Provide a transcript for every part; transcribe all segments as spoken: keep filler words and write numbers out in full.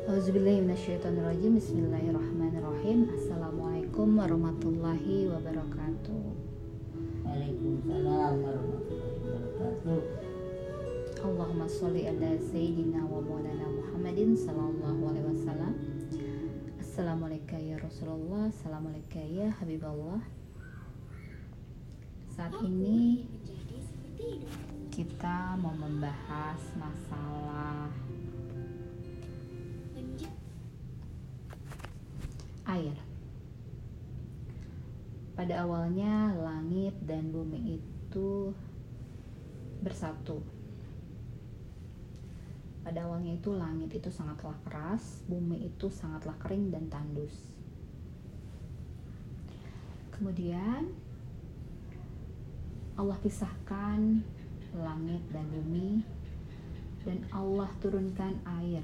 Auzubillahi minasyaitonirrajim. Bismillahirrahmanirrahim. Assalamualaikum warahmatullahi wabarakatuh. Waalaikumsalam warahmatullahi wabarakatuh. Allahumma sholli ala sayyidina wa maulana Muhammadin sallallahu alaihi wasallam. Assalamualaikum ya Rasulullah, assalamualaikum ya Habiballah. Saat ini kita mau membahas masalah air. Pada awalnya langit dan bumi itu bersatu. Pada awalnya itu langit itu sangatlah keras, bumi itu sangatlah kering dan tandus. Kemudian Allah pisahkan langit dan bumi, dan Allah turunkan air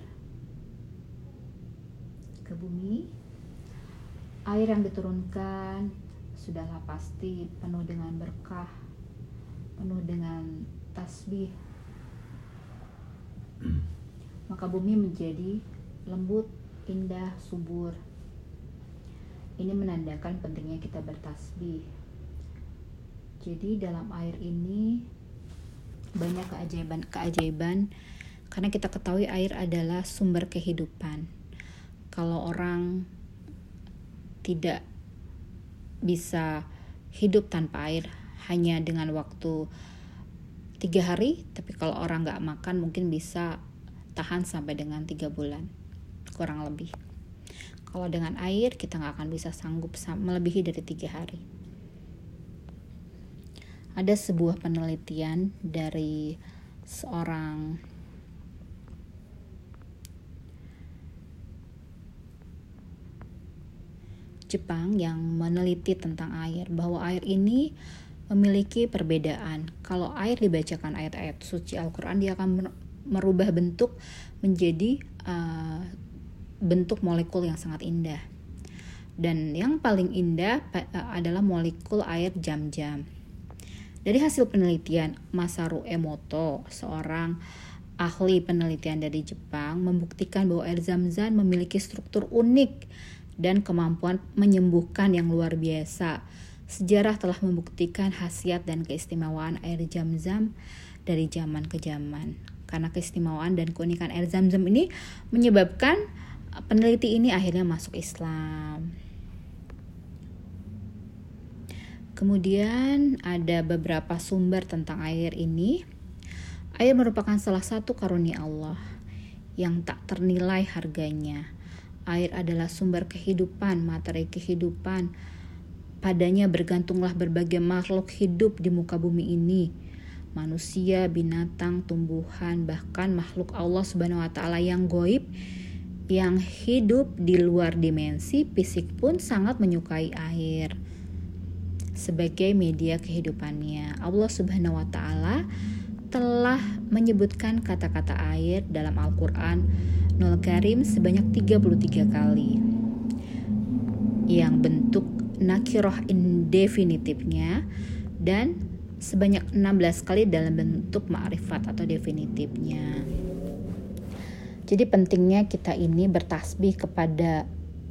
ke bumi. Air yang diturunkan sudahlah pasti penuh dengan berkah, penuh dengan tasbih. Maka bumi menjadi lembut, indah, subur. Ini menandakan pentingnya kita bertasbih. Jadi dalam air ini banyak keajaiban-keajaiban, karena kita ketahui air adalah sumber kehidupan. Kalau orang tidak bisa hidup tanpa air hanya dengan waktu tiga hari, tapi kalau orang nggak makan mungkin bisa tahan sampai dengan tiga bulan kurang lebih. Kalau dengan air kita nggak akan bisa sanggup melebihi dari tiga hari. Ada sebuah penelitian dari seorang Jepang yang meneliti tentang air, bahwa air ini memiliki perbedaan. Kalau air dibacakan ayat-ayat suci Al-Quran, dia akan merubah bentuk menjadi uh, bentuk molekul yang sangat indah. Dan yang paling indah uh, adalah molekul air Zam-Zam. Dari hasil penelitian, Masaru Emoto, seorang ahli penelitian dari Jepang, membuktikan bahwa air Zam-Zam memiliki struktur unik dan kemampuan menyembuhkan yang luar biasa. Sejarah telah membuktikan khasiat dan keistimewaan air Zam-Zam dari zaman ke zaman. Karena keistimewaan dan keunikan air Zam-Zam ini menyebabkan peneliti ini akhirnya masuk Islam. Kemudian ada beberapa sumber tentang air ini. Air merupakan salah satu karunia Allah yang tak ternilai harganya. Air adalah sumber kehidupan, materi kehidupan. Padanya bergantunglah berbagai makhluk hidup di muka bumi ini. Manusia, binatang, tumbuhan, bahkan makhluk Allah Subhanahu wa taala yang gaib, yang hidup di luar dimensi fisik pun sangat menyukai air sebagai media kehidupannya. Allah Subhanahu wa taala telah menyebutkan kata-kata air dalam Al-Qur'an Nul Karim sebanyak tiga puluh tiga kali, yang bentuk nakirah indefinitifnya, dan sebanyak enam belas kali dalam bentuk ma'rifat atau definitifnya. Jadi pentingnya kita ini bertasbih kepada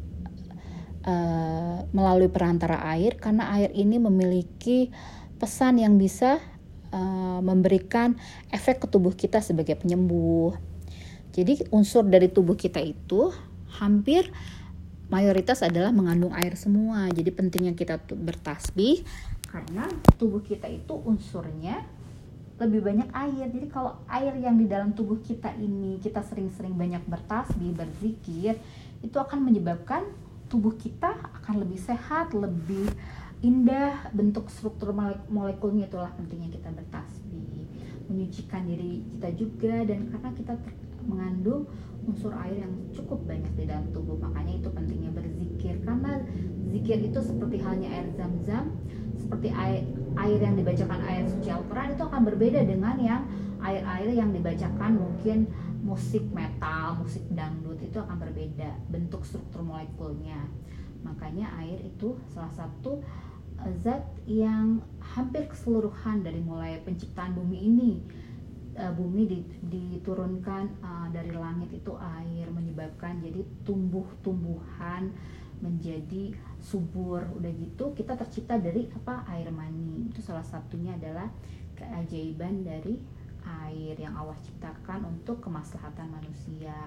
uh, melalui perantara air, karena air ini memiliki pesan yang bisa uh, memberikan efek ke tubuh kita sebagai penyembuh. Jadi unsur dari tubuh kita itu hampir mayoritas adalah mengandung air semua. Jadi pentingnya kita bertasbih karena tubuh kita itu unsurnya lebih banyak air. Jadi kalau air yang di dalam tubuh kita ini kita sering-sering banyak bertasbih, berzikir, itu akan menyebabkan tubuh kita akan lebih sehat, lebih indah bentuk struktur molekulnya. Itulah pentingnya kita bertasbih, menyucikan diri kita juga, dan karena kita ter- mengandung unsur air yang cukup banyak di dalam tubuh. Makanya itu pentingnya berzikir, karena zikir itu seperti halnya air Zam-Zam, seperti air, air yang dibacakan ayat suci Al-Quran, itu akan berbeda dengan yang air-air yang dibacakan mungkin musik metal, musik dangdut. Itu akan berbeda bentuk struktur molekulnya. Makanya air itu salah satu zat yang hampir keseluruhan dari mulai penciptaan bumi ini uh, bumi diturunkan uh, dari langit itu air, menyebabkan jadi tumbuh-tumbuhan menjadi subur. Udah gitu kita tercipta dari apa? Air mani. Itu salah satunya adalah keajaiban dari air yang Allah ciptakan untuk kemaslahatan manusia.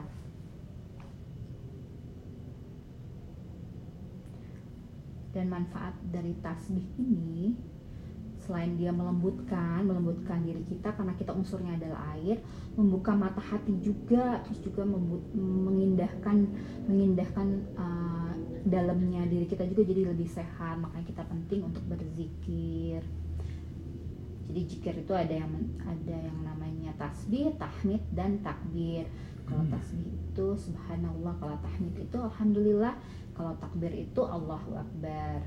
Dan manfaat dari tasbih ini, selain dia melembutkan melembutkan diri kita karena kita unsurnya adalah air, membuka mata hati juga, terus juga membut, mengindahkan mengindahkan uh, dalamnya diri kita juga jadi lebih sehat. Makanya kita penting untuk berzikir. Jadi zikir itu ada yang ada yang namanya tasbih, tahmid, dan takbir. Kalau tasbih itu subhanallah, kalau tahmid itu alhamdulillah, kalau takbir itu Allahu Akbar.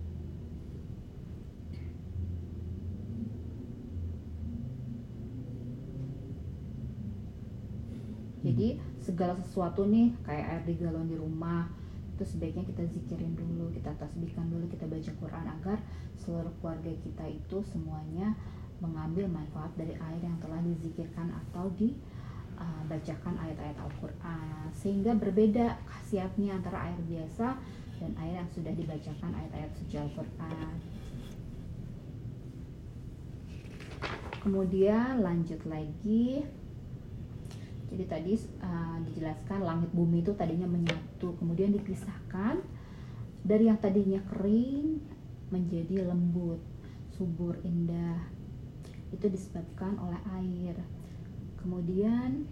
Jadi segala sesuatu nih kayak air di galon di rumah itu sebaiknya kita zikirin dulu, kita tasbihkan dulu, kita baca Quran agar seluruh keluarga kita itu semuanya mengambil manfaat dari air yang telah dizikirkan atau dibacakan uh, ayat-ayat Al-Quran, sehingga berbeda khasiatnya antara air biasa dan air yang sudah dibacakan ayat-ayat suci Al-Quran. Kemudian lanjut lagi. Jadi tadi uh, dijelaskan langit bumi itu tadinya menyatu, kemudian dipisahkan dari yang tadinya kering menjadi lembut, subur, indah. Itu disebabkan oleh air. Kemudian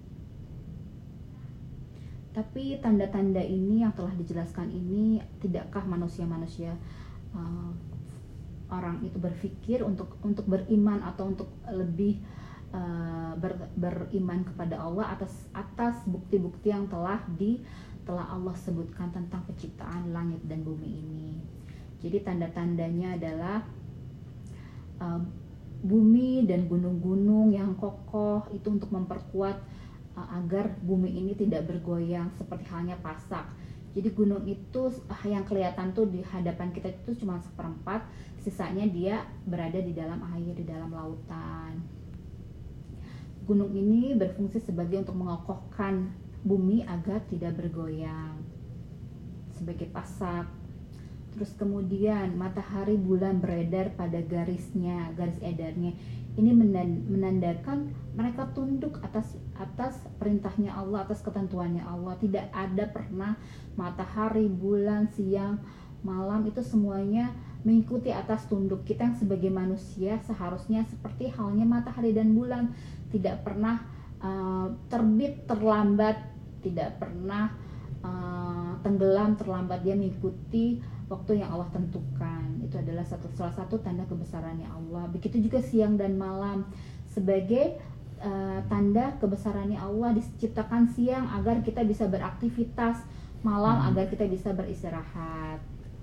tapi tanda-tanda ini yang telah dijelaskan ini, tidakkah manusia-manusia uh, orang itu berpikir untuk untuk beriman atau untuk lebih Uh, ber, beriman kepada Allah atas atas bukti-bukti yang telah di telah Allah sebutkan tentang penciptaan langit dan bumi ini. Jadi tanda-tandanya adalah uh, bumi dan gunung-gunung yang kokoh itu untuk memperkuat uh, agar bumi ini tidak bergoyang seperti halnya pasak. Jadi gunung itu uh, yang kelihatan tuh di hadapan kita itu cuma seperempat, sisanya dia berada di dalam air, di dalam lautan. Gunung ini berfungsi sebagai untuk mengokohkan bumi agar tidak bergoyang sebagai pasak. Terus kemudian matahari bulan beredar pada garisnya, garis edarnya. Ini menandakan mereka tunduk atas atas perintahnya Allah, atas ketentuannya Allah. Tidak ada pernah matahari, bulan, siang, malam itu semuanya mengikuti atas tunduk. Kita yang sebagai manusia seharusnya seperti halnya matahari dan bulan, tidak pernah uh, terbit terlambat, tidak pernah uh, tenggelam terlambat. Dia mengikuti waktu yang Allah tentukan. Itu adalah satu salah satu tanda kebesarannya Allah. Begitu juga siang dan malam sebagai uh, tanda kebesarannya Allah. Diciptakan siang agar kita bisa beraktivitas, malam agar kita bisa beristirahat.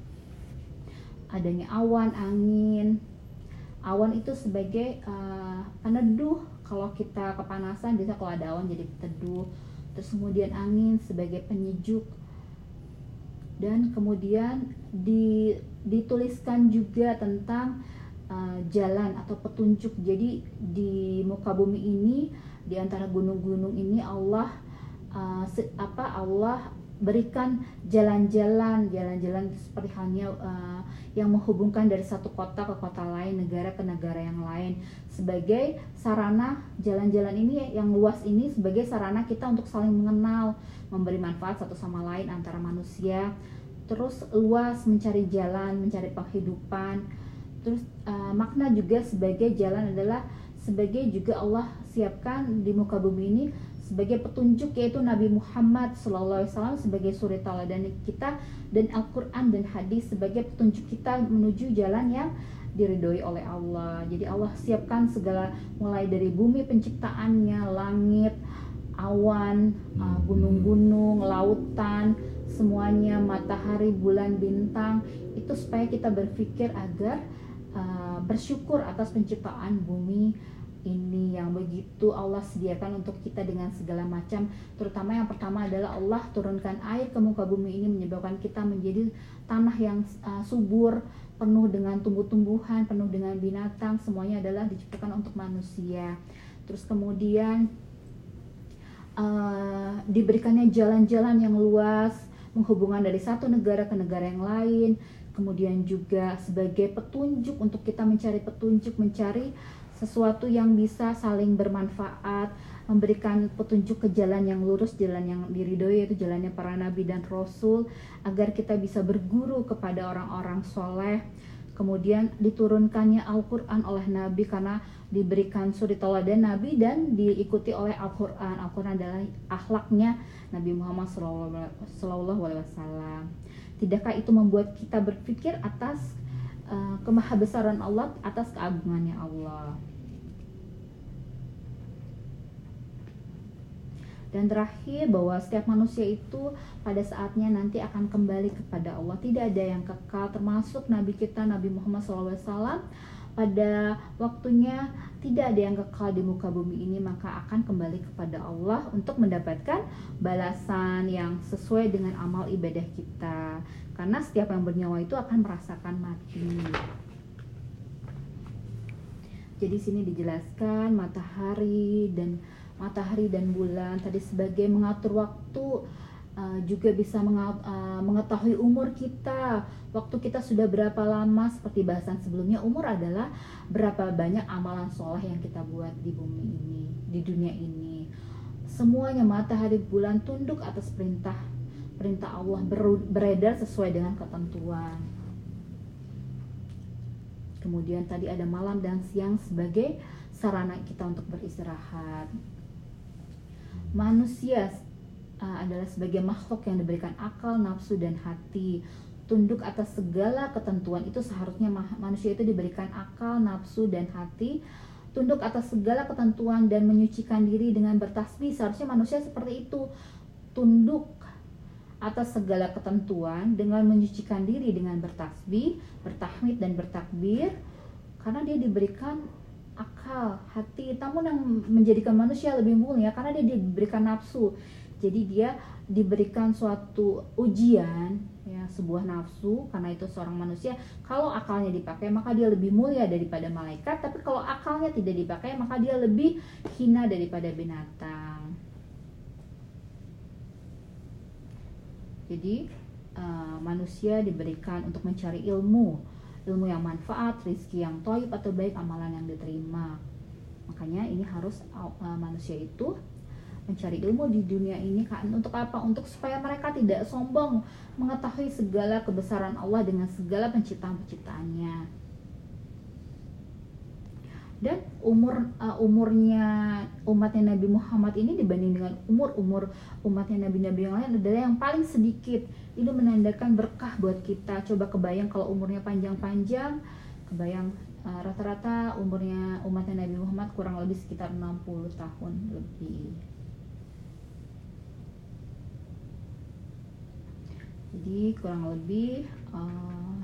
Adanya awan, angin. Awan itu sebagai uh, peneduh. Kalau kita kepanasan bisa kalau ada awan jadi teduh. Terus kemudian angin sebagai penyejuk. Dan kemudian di, dituliskan juga tentang uh, jalan atau petunjuk. Jadi di muka bumi ini, di antara gunung-gunung ini Allah uh, se, apa Allah berikan jalan-jalan, jalan-jalan seperti halnya uh, yang menghubungkan dari satu kota ke kota lain, negara ke negara yang lain, sebagai sarana. Jalan-jalan ini yang luas ini sebagai sarana kita untuk saling mengenal, memberi manfaat satu sama lain antara manusia. Terus luas mencari jalan, mencari penghidupan. Terus uh, makna juga sebagai jalan adalah sebagai juga Allah siapkan di muka bumi ini sebagai petunjuk, yaitu Nabi Muhammad shallallahu alaihi wasallam sebagai suri tauladan kita, dan Al-Quran dan hadis sebagai petunjuk kita menuju jalan yang diridhoi oleh Allah. Jadi Allah siapkan segala, mulai dari bumi penciptaannya, langit, awan, gunung-gunung, lautan, semuanya, matahari, bulan, bintang, itu supaya kita berpikir agar uh, bersyukur atas penciptaan bumi ini yang begitu Allah sediakan untuk kita dengan segala macam. Terutama yang pertama adalah Allah turunkan air ke muka bumi ini, menyebabkan kita menjadi tanah yang uh, subur, penuh dengan tumbuh-tumbuhan, penuh dengan binatang. Semuanya adalah diciptakan untuk manusia. terus kemudian uh, diberikannya jalan-jalan yang luas menghubungkan dari satu negara ke negara yang lain, kemudian juga sebagai petunjuk untuk kita mencari petunjuk, mencari sesuatu yang bisa saling bermanfaat, memberikan petunjuk ke jalan yang lurus, jalan yang diridhoi, yaitu jalannya para nabi dan rasul, agar kita bisa berguru kepada orang-orang soleh. Kemudian diturunkannya Al-Quran oleh Nabi karena diberikan suri tauladan Nabi dan diikuti oleh Al-Quran. Al-Quran adalah akhlaknya Nabi Muhammad shallallahu alaihi wasallam. Tidakkah itu membuat kita berpikir atas uh, kemahabesaran Allah, atas keagungannya Allah. Dan terakhir, bahwa setiap manusia itu pada saatnya nanti akan kembali kepada Allah. Tidak ada yang kekal, termasuk Nabi kita Nabi Muhammad shallallahu alaihi wasallam. Pada waktunya tidak ada yang kekal di muka bumi ini, maka akan kembali kepada Allah untuk mendapatkan balasan yang sesuai dengan amal ibadah kita. Karena setiap yang bernyawa itu akan merasakan mati. Jadi sini dijelaskan matahari dan matahari dan bulan tadi sebagai mengatur waktu, uh, juga bisa menga- uh, mengetahui umur kita. Waktu kita sudah berapa lama, seperti bahasan sebelumnya, umur adalah berapa banyak amalan soleh yang kita buat di bumi ini, di dunia ini. Semuanya matahari bulan tunduk atas perintah perintah Allah, ber- beredar sesuai dengan ketentuan. Kemudian tadi ada malam dan siang sebagai sarana kita untuk beristirahat. Manusia uh, adalah sebagai makhluk yang diberikan akal, nafsu, dan hati, tunduk atas segala ketentuan. Itu seharusnya manusia itu diberikan akal, nafsu, dan hati, tunduk atas segala ketentuan dan menyucikan diri dengan bertasbih. Seharusnya manusia seperti itu, tunduk atas segala ketentuan dengan menyucikan diri dengan bertasbih, bertahmid, dan bertakbir, karena dia diberikan akal, hati. Namun yang menjadikan manusia lebih mulia karena dia diberikan nafsu. Jadi dia diberikan suatu ujian, ya, sebuah nafsu, karena itu seorang manusia. Kalau akalnya dipakai maka dia lebih mulia daripada malaikat, tapi kalau akalnya tidak dipakai maka dia lebih hina daripada binatang. Jadi uh, manusia diberikan untuk mencari ilmu, ilmu yang manfaat, rezeki yang thayyib atau baik, amalan yang diterima. Makanya ini harus uh, manusia itu mencari ilmu di dunia ini kan untuk apa? Untuk supaya mereka tidak sombong, mengetahui segala kebesaran Allah dengan segala penciptaan-penciptaannya. Dan umur uh, umurnya umatnya Nabi Muhammad ini dibanding dengan umur-umur umatnya nabi-nabi yang lain adalah yang paling sedikit. Ini menandakan berkah buat kita. Coba kebayang kalau umurnya panjang-panjang, kebayang uh, rata-rata umurnya umatnya Nabi Muhammad kurang lebih sekitar enam puluh tahun lebih. Jadi kurang lebih uh,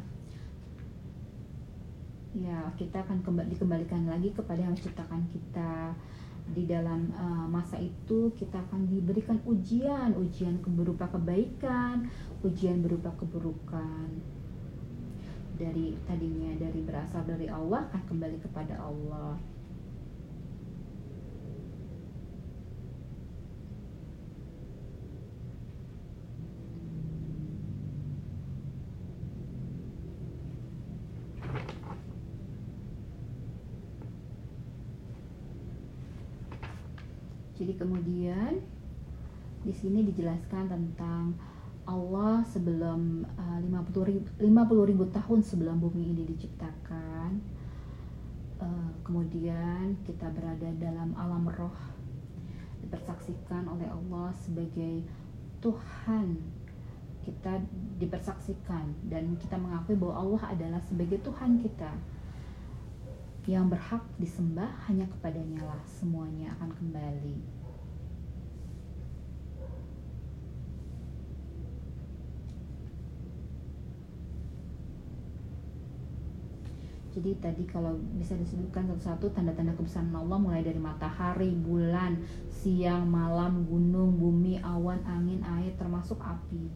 ya kita akan kembali dikembalikan lagi kepada yang menciptakan kita. Di dalam uh, masa itu kita akan diberikan ujian, ujian berupa kebaikan, ujian berupa keburukan. Dari tadinya dari berasal dari Allah akan kembali kepada Allah. Jadi kemudian di sini dijelaskan tentang Allah sebelum uh, lima puluh ribu tahun sebelum bumi ini diciptakan. Uh, kemudian kita berada dalam alam roh, dipersaksikan oleh Allah sebagai Tuhan. Kita dipersaksikan dan kita mengakui bahwa Allah adalah sebagai Tuhan kita. Yang berhak disembah hanya kepadanya lah, semuanya akan kembali. Jadi tadi kalau bisa disebutkan satu-satu tanda-tanda kebesaran Allah, mulai dari matahari, bulan, siang, malam, gunung, bumi, awan, angin, air, termasuk api.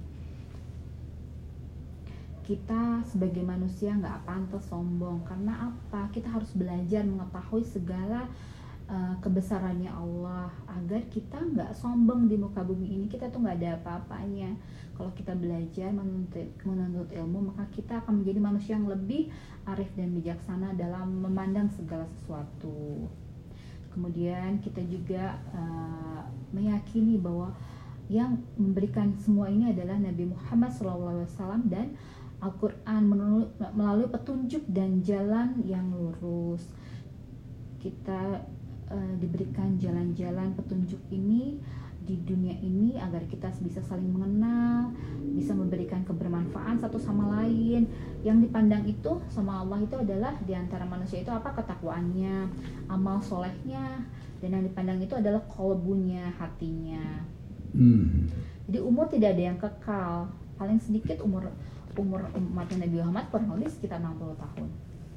Kita sebagai manusia nggak pantas sombong. Karena apa? Kita harus belajar mengetahui segala uh, kebesarannya Allah, agar kita nggak sombong di muka bumi ini. Kita tuh nggak ada apa-apanya. Kalau kita belajar menuntut, menuntut ilmu, maka kita akan menjadi manusia yang lebih arif dan bijaksana dalam memandang segala sesuatu. Kemudian kita juga uh, meyakini bahwa yang memberikan semua ini adalah Nabi Muhammad shallallahu alaihi wasallam dan Al-Quran melalui petunjuk dan jalan yang lurus. Kita uh, diberikan jalan-jalan petunjuk ini di dunia ini agar kita bisa saling mengenal, bisa memberikan kebermanfaatan satu sama lain. Yang dipandang itu sama Allah itu adalah diantara manusia itu apa? Ketakwaannya, amal solehnya, dan yang dipandang itu adalah kolbunya, hatinya. Hmm. Jadi umur tidak ada yang kekal. Paling sedikit umur umur umat Nabi Muhammad kurang lebih sekitar enam puluh tahun.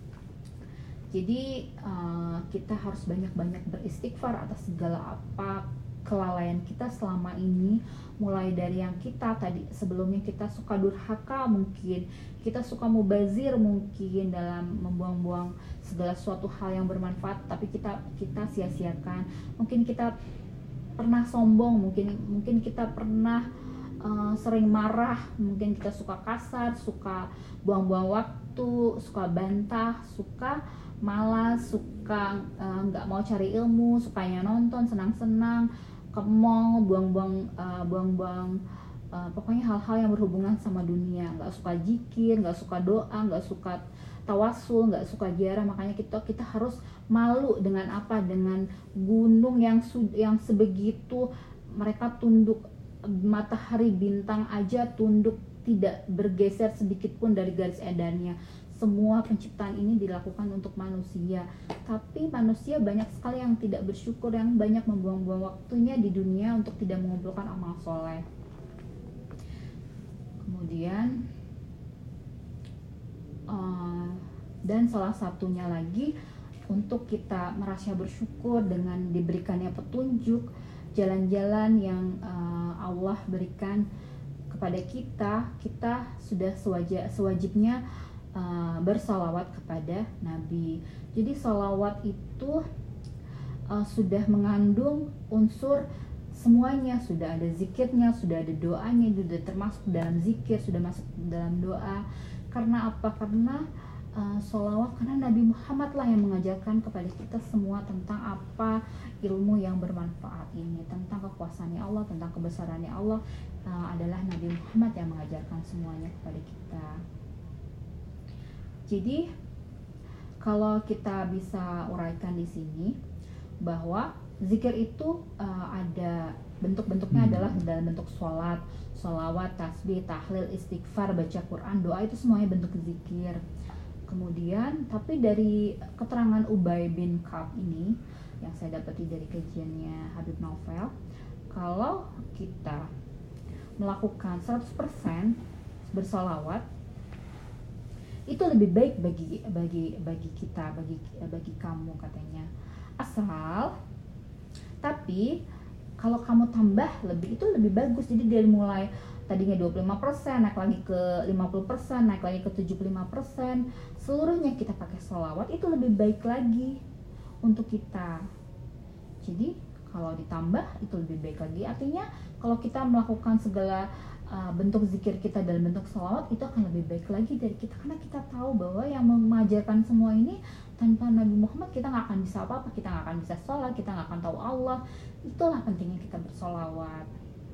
Jadi uh, kita harus banyak-banyak beristighfar atas segala apa kelalaian kita selama ini, mulai dari yang kita tadi sebelumnya kita suka durhaka, mungkin kita suka mubazir, mungkin dalam membuang-buang segala suatu hal yang bermanfaat tapi kita kita sia-siakan. Mungkin kita pernah sombong, mungkin mungkin kita pernah uh, sering marah, mungkin kita suka kasar, suka buang-buang waktu, suka bantah, suka malas, suka nggak uh, mau cari ilmu, sukanya nonton, senang-senang, ke mall, buang-buang uh, buang-buang uh, pokoknya hal-hal yang berhubungan sama dunia, nggak suka zikir, nggak suka doa, nggak suka tawasul, nggak suka ziarah. Makanya kita kita harus malu dengan apa? Dengan gunung yang yang sebegitu mereka tunduk, matahari bintang aja tunduk, tidak bergeser sedikit pun dari garis edarnya. Semua penciptaan ini dilakukan untuk manusia, tapi manusia banyak sekali yang tidak bersyukur, yang banyak membuang-buang waktunya di dunia untuk tidak mengumpulkan amal soleh. Kemudian uh, dan salah satunya lagi untuk kita merasa bersyukur dengan diberikannya petunjuk, jalan-jalan yang uh, Allah berikan kepada kita, kita sudah sewajib, sewajibnya Uh, bersalawat kepada Nabi. Jadi salawat itu uh, sudah mengandung unsur semuanya, sudah ada zikirnya, sudah ada doanya, sudah termasuk dalam zikir, sudah masuk dalam doa. Karena apa? Karena uh, salawat, karena Nabi Muhammad lah yang mengajarkan kepada kita semua tentang apa ilmu yang bermanfaat ini, tentang kekuasaannya Allah, tentang kebesarannya Allah. Uh, adalah Nabi Muhammad yang mengajarkan semuanya kepada kita. Jadi kalau kita bisa uraikan di sini bahwa zikir itu uh, ada bentuk-bentuknya hmm. adalah dalam bentuk sholat, sholawat, tasbih, tahlil, istighfar, baca Quran, doa, itu semuanya bentuk zikir. Kemudian tapi dari keterangan Ubay bin Ka'ab ini yang saya dapati dari kajiannya Habib Naufel, kalau kita melakukan seratus persen bersolawat itu lebih baik bagi bagi bagi kita, bagi bagi kamu katanya. Asal tapi kalau kamu tambah lebih itu lebih bagus. Jadi dari mulai tadinya dua puluh lima persen naik lagi ke lima puluh persen, naik lagi ke tujuh puluh lima persen, seluruhnya kita pakai sholawat, itu lebih baik lagi untuk kita. Jadi kalau ditambah itu lebih baik lagi. Artinya kalau kita melakukan segala Uh, bentuk zikir kita dalam bentuk sholawat, itu akan lebih baik lagi dari kita, karena kita tahu bahwa yang mengajarkan semua ini tanpa Nabi Muhammad kita nggak akan bisa apa-apa, kita nggak akan bisa sholat, kita nggak akan tahu Allah. Itulah pentingnya kita bersolawat.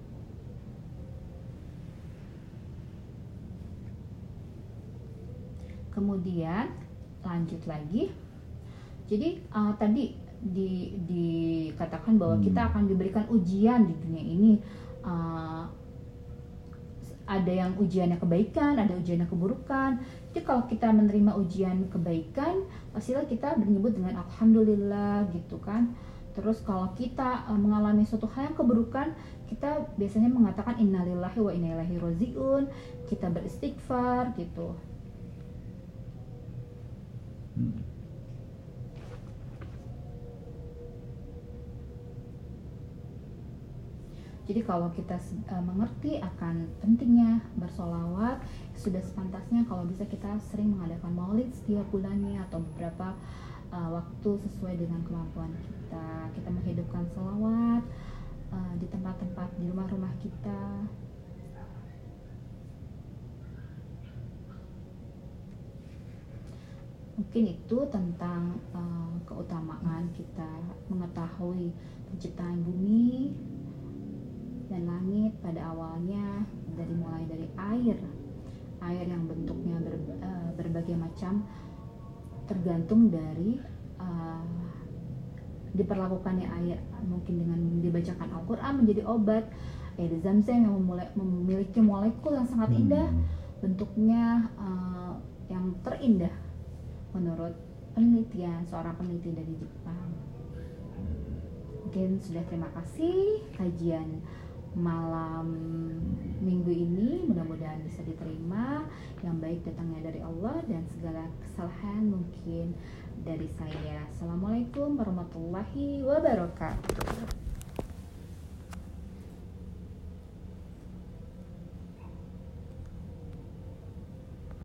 Kemudian lanjut lagi. Jadi uh, tadi di, dikatakan bahwa kita akan diberikan ujian di dunia ini. Uh, ada yang ujiannya kebaikan, ada ujiannya keburukan. Jadi kalau kita menerima ujian kebaikan, pastilah kita menyebut dengan alhamdulillah gitu kan. Terus kalau kita uh, mengalami suatu hal yang keburukan, kita biasanya mengatakan innalillahi wa inna ilaihi rajiun, kita beristighfar gitu. Hmm. Jadi kalau kita uh, mengerti akan pentingnya bersolawat, sudah sepantasnya kalau bisa kita sering mengadakan maulid setiap bulannya atau beberapa uh, waktu sesuai dengan kemampuan kita. Kita menghidupkan selawat uh, di tempat-tempat di rumah-rumah kita. Mungkin itu tentang uh, keutamaan kita mengetahui penciptaan bumi dan langit pada awalnya, dari mulai dari air air yang bentuknya ber, uh, berbagai macam, tergantung dari uh, diperlakukannya air. Mungkin dengan dibacakan Al-Quran menjadi obat. Air Zam-Zam yang memulai, memiliki molekul yang sangat indah, bentuknya uh, yang terindah menurut penelitian seorang peneliti dari Jepang. Mungkin sudah, terima kasih kajian malam minggu ini, mudah-mudahan bisa diterima. Yang baik datangnya dari Allah dan segala kesalahan mungkin dari saya. Assalamualaikum warahmatullahi wabarakatuh.